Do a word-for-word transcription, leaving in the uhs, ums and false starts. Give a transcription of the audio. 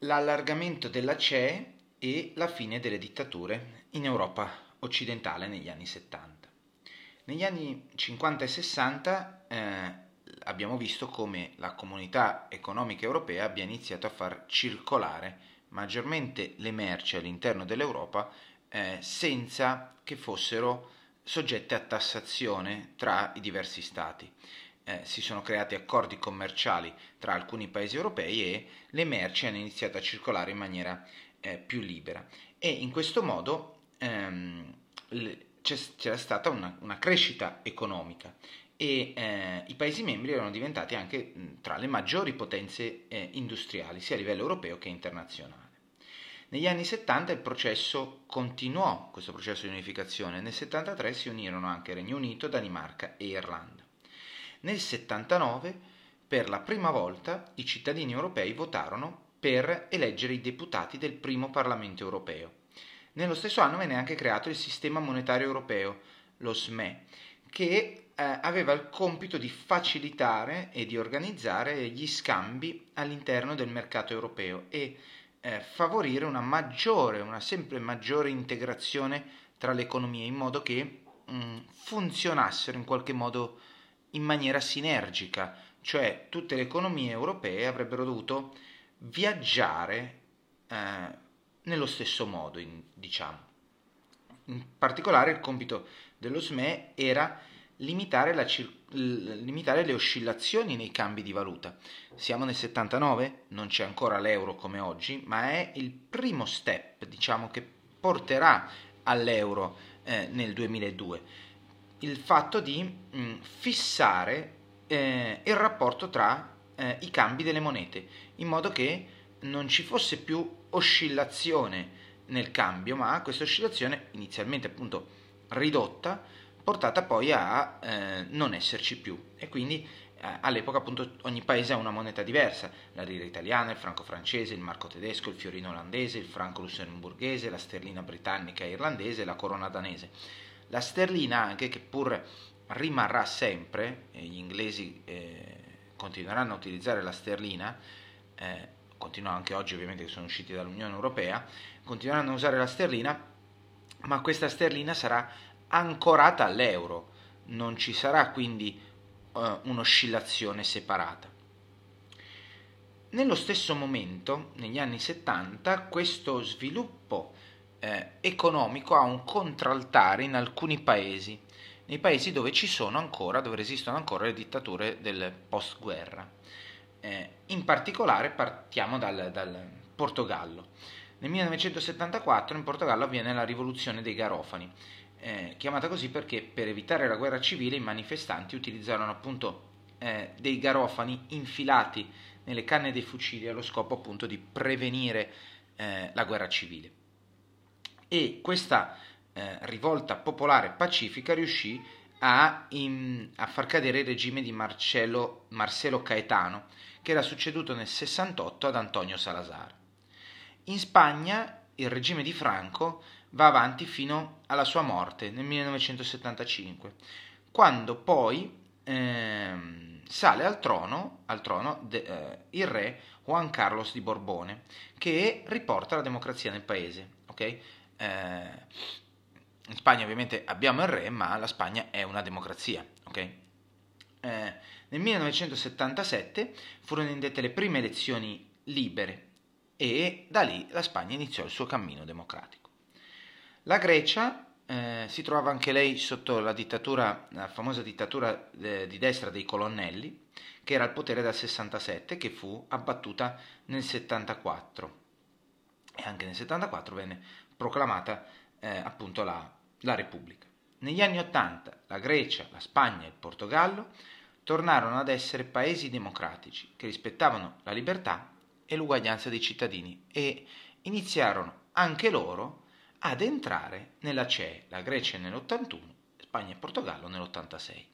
l'allargamento della C E e la fine delle dittature in Europa occidentale negli anni settanta. Negli anni cinquanta e sessanta eh, abbiamo visto come la comunità economica europea abbia iniziato a far circolare maggiormente le merci all'interno dell'Europa eh, senza che fossero soggette a tassazione tra i diversi stati. Eh, si sono creati accordi commerciali tra alcuni paesi europei e le merci hanno iniziato a circolare in maniera eh, più libera e in questo modo ehm, c'è, c'era stata una, una crescita economica e eh, i paesi membri erano diventati anche mh, tra le maggiori potenze eh, industriali sia a livello europeo che internazionale. Negli anni settanta il processo continuò, questo processo di unificazione. Nel settantatré si unirono anche Regno Unito, Danimarca e Irlanda. Nel settantanove, per la prima volta, i cittadini europei votarono per eleggere i deputati del primo Parlamento europeo. Nello stesso anno venne anche creato il sistema monetario europeo, lo S M E, che eh, aveva il compito di facilitare e di organizzare gli scambi all'interno del mercato europeo e eh, favorire una maggiore, una sempre maggiore integrazione tra le economie, in modo che mh, funzionassero in qualche modo in maniera sinergica, cioè tutte le economie europee avrebbero dovuto viaggiare eh, nello stesso modo, in, diciamo. In particolare il compito dello S M E era limitare, la, limitare le oscillazioni nei cambi di valuta. Siamo nel settantanove, non c'è ancora l'euro come oggi, ma è il primo step, diciamo, che porterà all'euro eh, nel duemiladue. Il fatto di mh, fissare eh, il rapporto tra eh, i cambi delle monete, in modo che non ci fosse più oscillazione nel cambio, ma questa oscillazione inizialmente appunto ridotta, portata poi a eh, non esserci più. E quindi eh, all'epoca appunto ogni paese ha una moneta diversa: la lira italiana, il franco francese, il marco tedesco, il fiorino olandese, il franco lussemburghese, la sterlina britannica e irlandese, la corona danese. La sterlina anche, che pur rimarrà sempre, e gli inglesi eh, continueranno a utilizzare la sterlina, eh, continuano anche oggi ovviamente che sono usciti dall'Unione Europea, continueranno a usare la sterlina, ma questa sterlina sarà ancorata all'euro, non ci sarà quindi eh, un'oscillazione separata. Nello stesso momento, negli anni settanta, questo sviluppo eh, economico ha un contraltare in alcuni paesi, nei paesi dove ci sono ancora, dove resistono ancora le dittature del post-guerra. Eh, in particolare partiamo dal, dal Portogallo. Nel millenovecentosettantaquattro in Portogallo avviene la rivoluzione dei Garofani, eh, chiamata così perché per evitare la guerra civile i manifestanti utilizzarono appunto eh, dei garofani infilati nelle canne dei fucili allo scopo appunto di prevenire eh, la guerra civile. E questa eh, rivolta popolare pacifica riuscì a, in, a far cadere il regime di Marcello, Marcelo Caetano, che era succeduto nel sessantotto ad Antonio Salazar. In Spagna il regime di Franco va avanti fino alla sua morte nel millenovecentosettantacinque, quando poi ehm, sale al trono, al trono de, eh, il re Juan Carlos di Borbone, che riporta la democrazia nel paese. Okay? Eh, in Spagna ovviamente abbiamo il re, ma la Spagna è una democrazia. Okay? Eh, nel millenovecentosettantasette furono indette le prime elezioni libere e da lì la Spagna iniziò il suo cammino democratico. La Grecia eh, si trovava anche lei sotto la dittatura, la famosa dittatura eh, di destra dei colonnelli, che era al potere dal sessantasette, che fu abbattuta nel settantaquattro. E anche nel settantaquattro venne proclamata eh, appunto la, la Repubblica. Negli anni ottanta la Grecia, la Spagna e il Portogallo tornarono ad essere paesi democratici che rispettavano la libertà e l'uguaglianza dei cittadini e iniziarono anche loro ad entrare nella C E, la Grecia nell'ottantuno, Spagna e Portogallo nell'ottantasei.